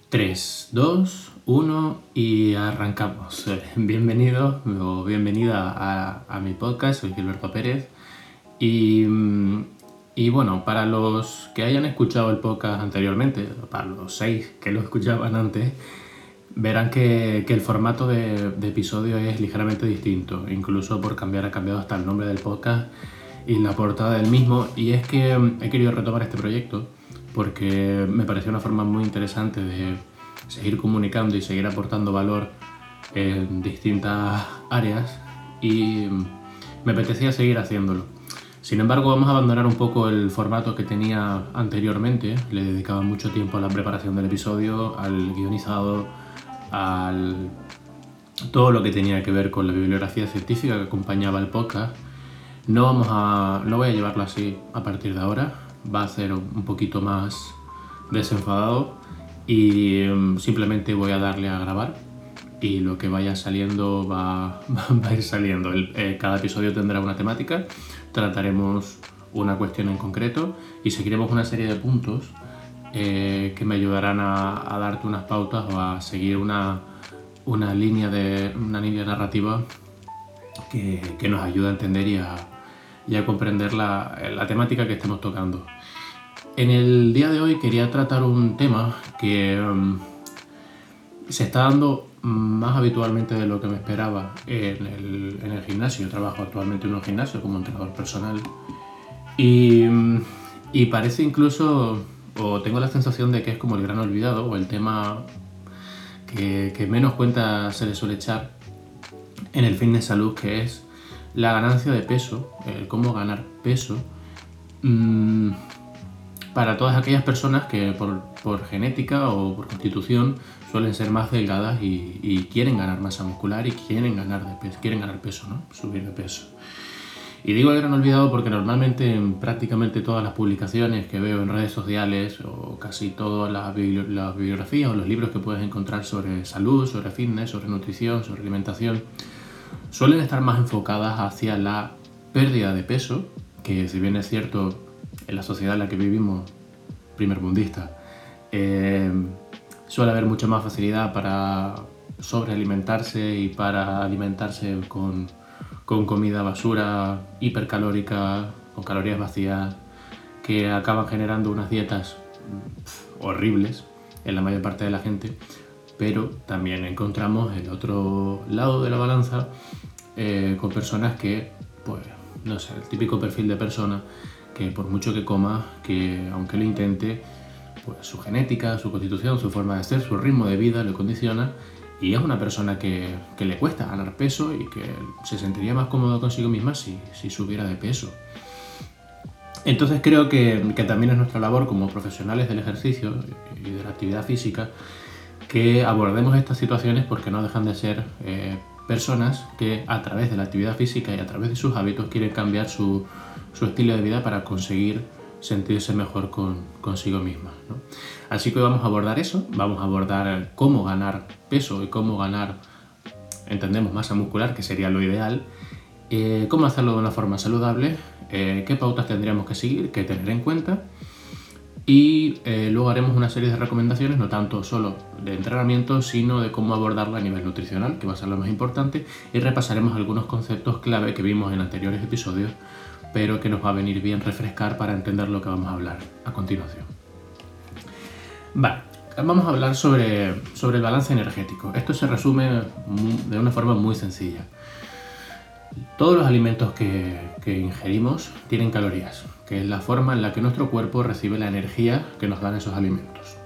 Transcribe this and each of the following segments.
3, 2, 1 y arrancamos. Bienvenido o bienvenida a mi podcast, soy Gilberto Pérez. Y bueno, para los que hayan escuchado el podcast anteriormente, para los 6 que lo escuchaban antes, verán que el formato de episodio es ligeramente distinto. Incluso ha cambiado hasta el nombre del podcast y la portada del mismo. Y es que he querido retomar este proyecto porque me pareció una forma muy interesante de seguir comunicando y seguir aportando valor en distintas áreas y me apetecía seguir haciéndolo. Sin embargo, vamos a abandonar un poco el formato que tenía anteriormente. Le dedicaba mucho tiempo a la preparación del episodio, al guionizado, al todo lo que tenía que ver con la bibliografía científica que acompañaba el podcast. No voy a llevarlo así a partir de ahora. Va a ser un poquito más desenfadado y simplemente voy a darle a grabar y lo que vaya saliendo va a ir saliendo. Cada episodio tendrá una temática, trataremos una cuestión en concreto y seguiremos una serie de puntos que me ayudarán a darte unas pautas o a seguir una línea narrativa que nos ayude a entender y a comprender la temática que estemos tocando. En el día de hoy quería tratar un tema que se está dando más habitualmente de lo que me esperaba en el gimnasio. Yo trabajo actualmente en un gimnasio como entrenador personal y parece incluso, o tengo la sensación de que es como el gran olvidado o el tema que menos cuenta se le suele echar en el fitness salud, que es la ganancia de peso, el cómo ganar peso para todas aquellas personas que por genética o por constitución suelen ser más delgadas y quieren ganar masa muscular y quieren ganar peso, ¿no? Subir de peso. Y digo el gran olvidado porque normalmente en prácticamente todas las publicaciones que veo en redes sociales o casi todas las bibliografías o los libros que puedes encontrar sobre salud, sobre fitness, sobre nutrición, sobre alimentación, suelen estar más enfocadas hacia la pérdida de peso, que si bien es cierto en la sociedad en la que vivimos, primermundista, suele haber mucha más facilidad para sobrealimentarse y para alimentarse con comida basura, hipercalórica, con calorías vacías, que acaban generando unas dietas horribles en la mayor parte de la gente. Pero también encontramos el otro lado de la balanza con personas que, pues, no sé, el típico perfil de persona que por mucho que coma, que aunque lo intente, pues su genética, su constitución, su forma de ser, su ritmo de vida lo condiciona y es una persona que le cuesta ganar peso y que se sentiría más cómodo consigo misma si subiera de peso. Entonces creo que también es nuestra labor como profesionales del ejercicio y de la actividad física que abordemos estas situaciones porque no dejan de ser personas que a través de la actividad física y a través de sus hábitos quieren cambiar su estilo de vida para conseguir sentirse mejor consigo mismas, ¿no? Así que vamos a abordar eso, vamos a abordar cómo ganar peso y cómo ganar, entendemos, masa muscular, que sería lo ideal, cómo hacerlo de una forma saludable, qué pautas tendríamos que seguir, qué tener en cuenta. Y luego haremos una serie de recomendaciones, no tanto solo de entrenamiento, sino de cómo abordarla a nivel nutricional, que va a ser lo más importante, y repasaremos algunos conceptos clave que vimos en anteriores episodios, pero que nos va a venir bien refrescar para entender lo que vamos a hablar a continuación. Vale, vamos a hablar sobre el balance energético. Esto se resume de una forma muy sencilla. Todos los alimentos que ingerimos tienen calorías, que es la forma en la que nuestro cuerpo recibe la energía que nos dan esos alimentos.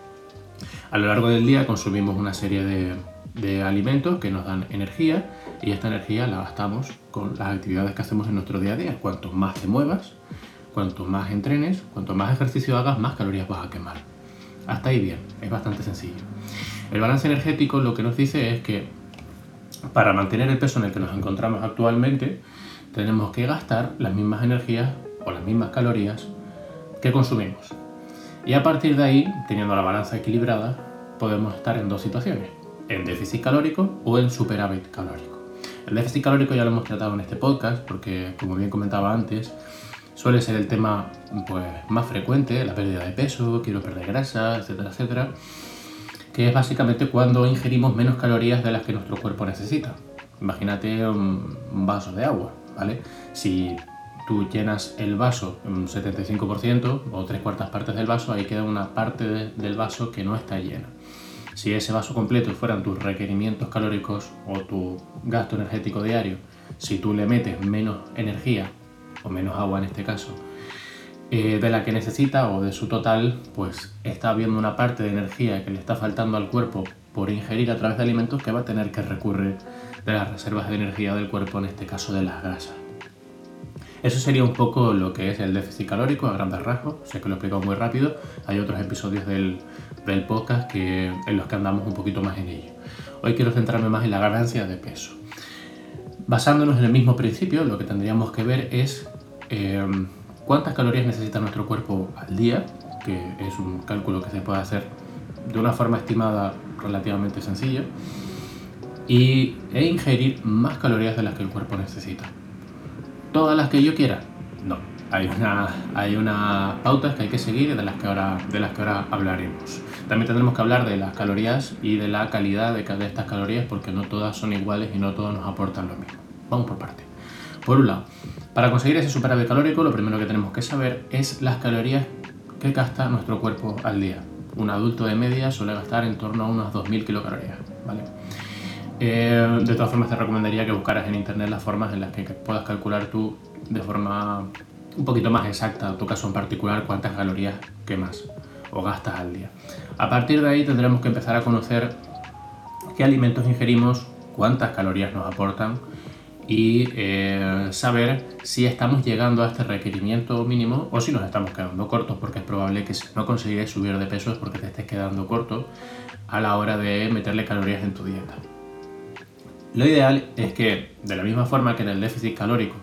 A lo largo del día consumimos una serie de alimentos que nos dan energía y esta energía la gastamos con las actividades que hacemos en nuestro día a día. Cuanto más te muevas, cuanto más entrenes, cuanto más ejercicio hagas, más calorías vas a quemar. Hasta ahí bien, es bastante sencillo. El balance energético lo que nos dice es que para mantener el peso en el que nos encontramos actualmente tenemos que gastar las mismas energías o las mismas calorías que consumimos. Y a partir de ahí, teniendo la balanza equilibrada, podemos estar en dos situaciones: en déficit calórico o en superávit calórico. El déficit calórico ya lo hemos tratado en este podcast porque, como bien comentaba antes, suele ser el tema pues, más frecuente, la pérdida de peso, quiero perder grasa, etcétera, etcétera. que es básicamente cuando ingerimos menos calorías de las que nuestro cuerpo necesita. Imagínate un vaso de agua, ¿vale? Si tú llenas el vaso un 75% o 3/4 partes del vaso, ahí queda una parte del vaso que no está llena. Si ese vaso completo fueran tus requerimientos calóricos o tu gasto energético diario, si tú le metes menos energía, o menos agua en este caso, de la que necesita o de su total, pues está habiendo una parte de energía que le está faltando al cuerpo por ingerir a través de alimentos que va a tener que recurrir de las reservas de energía del cuerpo, en este caso de las grasas. Eso sería un poco lo que es el déficit calórico a grandes rasgos. Sé que lo he explicado muy rápido, hay otros episodios del podcast en los que andamos un poquito más en ello. Hoy quiero centrarme más en la ganancia de peso. Basándonos en el mismo principio, lo que tendríamos que ver es cuántas calorías necesita nuestro cuerpo al día, que es un cálculo que se puede hacer de una forma estimada relativamente sencilla, e ingerir más calorías de las que el cuerpo necesita. ¿Todas las que yo quiera? No. Hay unas pautas que hay que seguir de las que ahora hablaremos. También tendremos que hablar de las calorías y de la calidad de estas calorías, porque no todas son iguales y no todas nos aportan lo mismo. Vamos por partes. Por un lado, para conseguir ese superávit calórico, lo primero que tenemos que saber es las calorías que gasta nuestro cuerpo al día. Un adulto de media suele gastar en torno a unas 2.000 kilocalorías, ¿vale? De todas formas, te recomendaría que buscaras en internet las formas en las que puedas calcular tú de forma un poquito más exacta, en tu caso en particular, cuántas calorías quemas o gastas al día. A partir de ahí tendremos que empezar a conocer qué alimentos ingerimos, cuántas calorías nos aportan y saber si estamos llegando a este requerimiento mínimo o si nos estamos quedando cortos, porque es probable que si no consigues subir de peso es porque te estés quedando corto a la hora de meterle calorías en tu dieta. Lo ideal es que, de la misma forma que en el déficit calórico,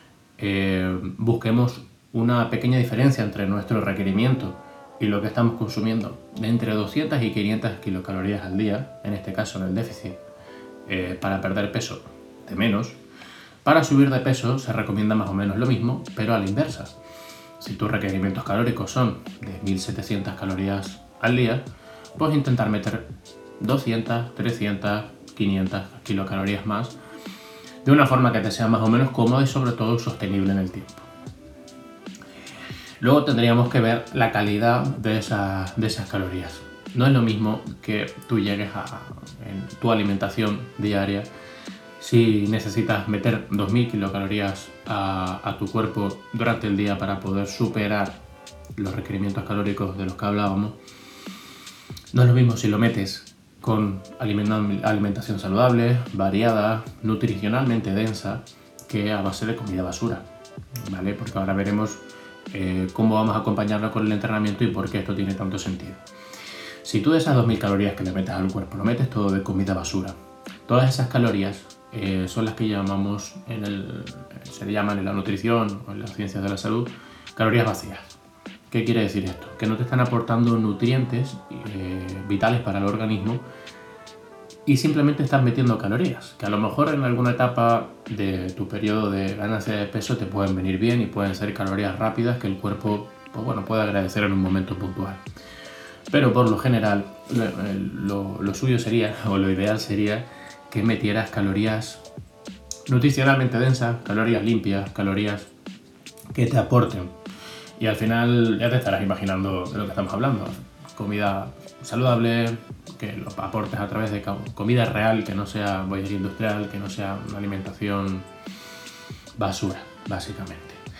busquemos una pequeña diferencia entre nuestro requerimiento y lo que estamos consumiendo, de entre 200 y 500 kilocalorías al día, en este caso en el déficit, para perder peso de menos. Para subir de peso se recomienda más o menos lo mismo, pero a la inversa. Si tus requerimientos calóricos son de 1.700 calorías al día, puedes intentar meter 200, 300, 500 kilocalorías más, de una forma que te sea más o menos cómoda y sobre todo sostenible en el tiempo. Luego tendríamos que ver la calidad de esas calorías. No es lo mismo que tú llegues en tu alimentación diaria, si necesitas meter 2.000 kilocalorías a tu cuerpo durante el día para poder superar los requerimientos calóricos de los que hablábamos. No es lo mismo si lo metes con alimentación saludable, variada, nutricionalmente densa, que a base de comida basura, ¿vale? Porque ahora veremos cómo vamos a acompañarlo con el entrenamiento y por qué esto tiene tanto sentido. Si tú de esas 2.000 calorías que le metes al cuerpo lo metes todo de comida basura, todas esas calorías son las que llamamos se llaman en la nutrición o en las ciencias de la salud calorías vacías. ¿Qué quiere decir esto? Que no te están aportando nutrientes vitales para el organismo y simplemente estás metiendo calorías, que a lo mejor en alguna etapa de tu periodo de ganancia de peso te pueden venir bien y pueden ser calorías rápidas que el cuerpo puede agradecer en un momento puntual. Pero por lo general lo suyo sería, o lo ideal sería, que metieras calorías nutricionalmente densas, calorías limpias, calorías que te aporten. Y al final ya te estarás imaginando de lo que estamos hablando. Comida saludable, que lo aportes a través de comida real, que no sea bollería industrial, que no sea una alimentación basura, básicamente.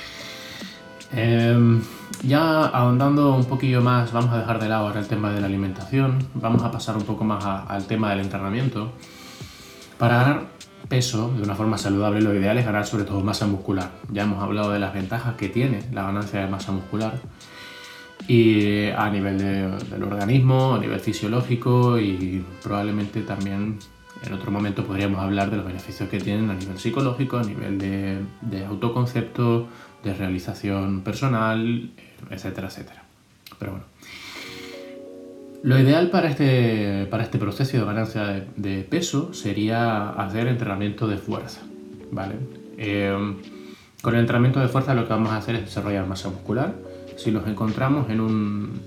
Ya ahondando un poquillo más, vamos a dejar de lado ahora el tema de la alimentación, vamos a pasar un poco más al tema del entrenamiento. Para ganar peso de una forma saludable, lo ideal es ganar sobre todo masa muscular. Ya hemos hablado de las ventajas que tiene la ganancia de masa muscular y a nivel del organismo, a nivel fisiológico, y probablemente también en otro momento podríamos hablar de los beneficios que tienen a nivel psicológico, a nivel de autoconcepto, de realización personal, etcétera, etcétera. Pero bueno, lo ideal para este proceso de ganancia de peso sería hacer entrenamiento de fuerza, ¿vale? Con el entrenamiento de fuerza lo que vamos a hacer es desarrollar masa muscular. Si nos encontramos en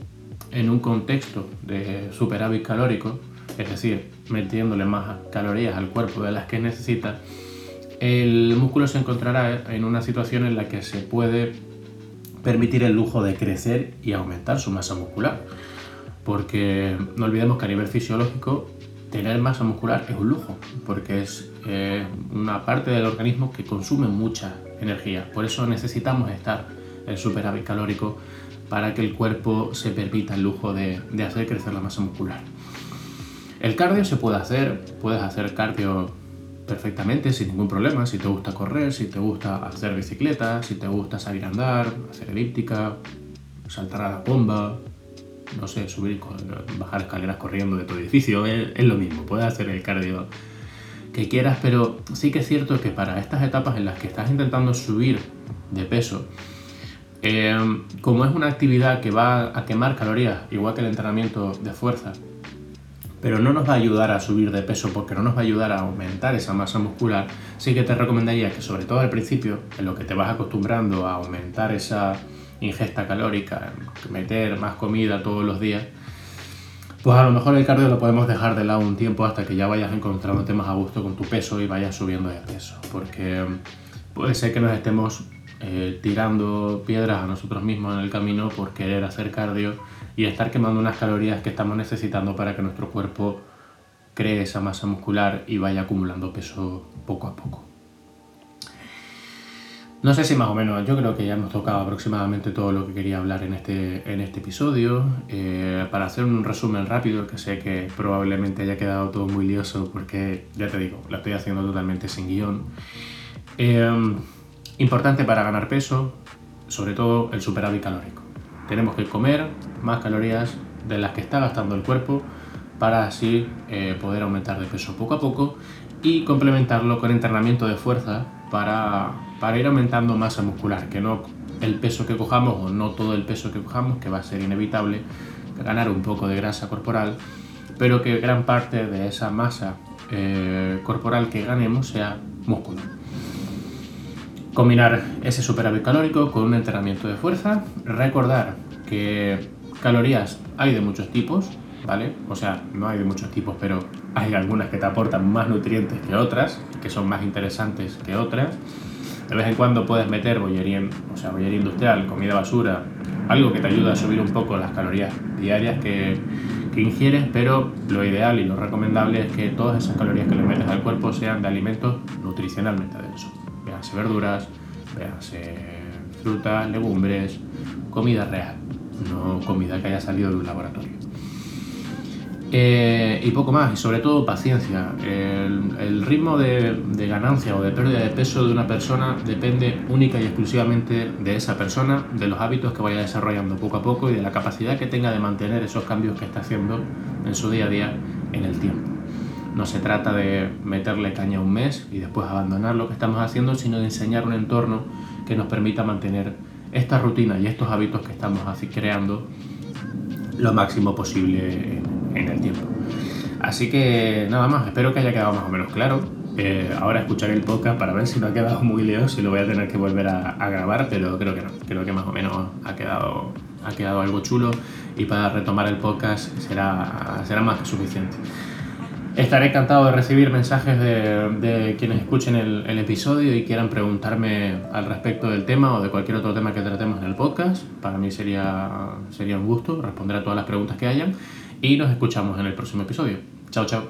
en un contexto de superávit calórico, es decir, metiéndole más calorías al cuerpo de las que necesita, el músculo se encontrará en una situación en la que se puede permitir el lujo de crecer y aumentar su masa muscular. Porque no olvidemos que a nivel fisiológico tener masa muscular es un lujo, porque es una parte del organismo que consume mucha energía. Por eso necesitamos estar en superávit calórico para que el cuerpo se permita el lujo de hacer crecer la masa muscular. El cardio se puede hacer, puedes hacer cardio perfectamente sin ningún problema. Si te gusta correr, si te gusta hacer bicicleta, si te gusta salir a andar, hacer elíptica, saltar a la bomba, no sé, bajar escaleras corriendo de tu edificio, es lo mismo, puedes hacer el cardio que quieras, pero sí que es cierto que para estas etapas en las que estás intentando subir de peso, como es una actividad que va a quemar calorías, igual que el entrenamiento de fuerza, pero no nos va a ayudar a subir de peso porque no nos va a ayudar a aumentar esa masa muscular, sí que te recomendaría que sobre todo al principio, en lo que te vas acostumbrando a aumentar esa ingesta calórica, meter más comida todos los días, pues a lo mejor el cardio lo podemos dejar de lado un tiempo hasta que ya vayas encontrándote más a gusto con tu peso y vayas subiendo de peso, porque puede ser que nos estemos tirando piedras a nosotros mismos en el camino por querer hacer cardio y estar quemando unas calorías que estamos necesitando para que nuestro cuerpo cree esa masa muscular y vaya acumulando peso poco a poco. No sé si más o menos, yo creo que ya hemos tocado aproximadamente todo lo que quería hablar en este episodio. Para hacer un resumen rápido, que sé que probablemente haya quedado todo muy lioso porque, ya te digo, lo estoy haciendo totalmente sin guión. Importante para ganar peso, sobre todo el superávit calórico. Tenemos que comer más calorías de las que está gastando el cuerpo para así poder aumentar de peso poco a poco y complementarlo con entrenamiento de fuerza para ir aumentando masa muscular, que no el peso que cojamos o no todo el peso que cojamos, que va a ser inevitable, ganar un poco de grasa corporal, pero que gran parte de esa masa corporal que ganemos sea músculo. Combinar ese superávit calórico con un entrenamiento de fuerza. Recordar que calorías hay de muchos tipos, ¿vale? O sea, no hay de muchos tipos, pero hay algunas que te aportan más nutrientes que otras, que son más interesantes que otras. De vez en cuando puedes meter bollería industrial, comida basura, algo que te ayuda a subir un poco las calorías diarias que ingieres, pero lo ideal y lo recomendable es que todas esas calorías que le metes al cuerpo sean de alimentos nutricionalmente densos. Véanse verduras, véanse frutas, legumbres, comida real, no comida que haya salido de un laboratorio. Y poco más, y sobre todo paciencia. El ritmo de ganancia o de pérdida de peso de una persona depende única y exclusivamente de esa persona, de los hábitos que vaya desarrollando poco a poco y de la capacidad que tenga de mantener esos cambios que está haciendo en su día a día en el tiempo. No se trata de meterle caña un mes y después abandonar lo que estamos haciendo, sino de enseñar un entorno que nos permita mantener esta rutina y estos hábitos que estamos creando lo máximo posible en el tiempo. Así que nada más, espero que haya quedado más o menos claro. Ahora escucharé el podcast para ver si no ha quedado muy lioso y lo voy a tener que volver a grabar, pero creo que no. Creo que más o menos ha quedado algo chulo y para retomar el podcast será más que suficiente. Estaré encantado de recibir mensajes de quienes escuchen el episodio y quieran preguntarme al respecto del tema o de cualquier otro tema que tratemos en el podcast. Para mí sería un gusto responder a todas las preguntas que hayan y nos escuchamos en el próximo episodio. Chao, chao.